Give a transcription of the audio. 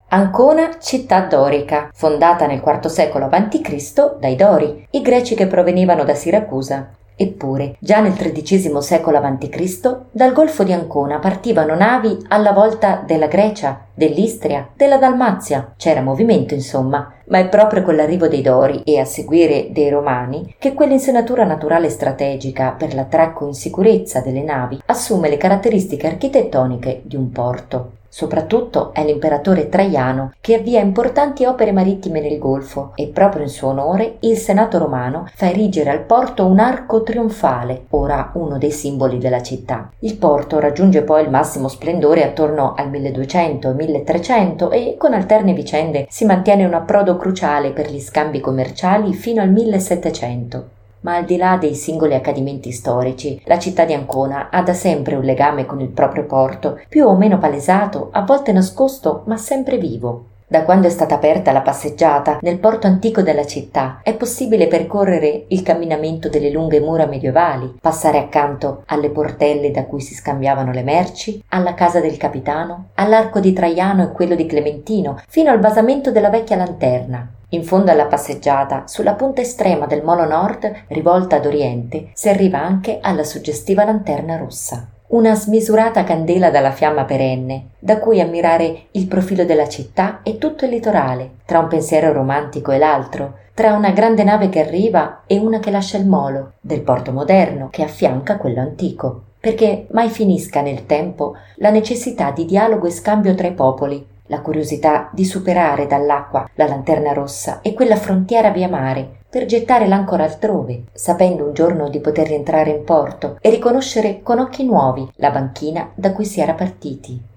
Ancona, città dorica, fondata nel IV secolo a.C. dai Dori, i greci che provenivano da Siracusa. Eppure, già nel XIII secolo a.C., dal golfo di Ancona partivano navi alla volta della Grecia, dell'Istria, della Dalmazia. C'era movimento, insomma, ma è proprio con l'arrivo dei Dori e a seguire dei Romani che quell'insenatura naturale strategica per l'attracco in sicurezza delle navi assume le caratteristiche architettoniche di un porto. Soprattutto è l'imperatore Traiano che avvia importanti opere marittime nel Golfo e proprio in suo onore il Senato romano fa erigere al porto un arco trionfale, ora uno dei simboli della città. Il porto raggiunge poi il massimo splendore attorno al 1200 e 1300 e con alterne vicende si mantiene un approdo cruciale per gli scambi commerciali fino al 1700. Ma al di là dei singoli accadimenti storici, la città di Ancona ha da sempre un legame con il proprio porto, più o meno palesato, a volte nascosto, ma sempre vivo. Da quando è stata aperta la passeggiata nel porto antico della città è possibile percorrere il camminamento delle lunghe mura medievali, passare accanto alle portelle da cui si scambiavano le merci, alla casa del capitano, all'arco di Traiano e quello di Clementino, fino al basamento della vecchia lanterna. In fondo alla passeggiata, sulla punta estrema del molo nord, rivolta ad oriente, si arriva anche alla suggestiva lanterna rossa. Una smisurata candela dalla fiamma perenne, da cui ammirare il profilo della città e tutto il litorale, tra un pensiero romantico e l'altro, tra una grande nave che arriva e una che lascia il molo, del porto moderno che affianca quello antico, perché mai finisca nel tempo la necessità di dialogo e scambio tra i popoli, la curiosità di superare dall'acqua la lanterna rossa e quella frontiera via mare per gettare l'ancora altrove, sapendo un giorno di poter rientrare in porto e riconoscere con occhi nuovi la banchina da cui si era partiti.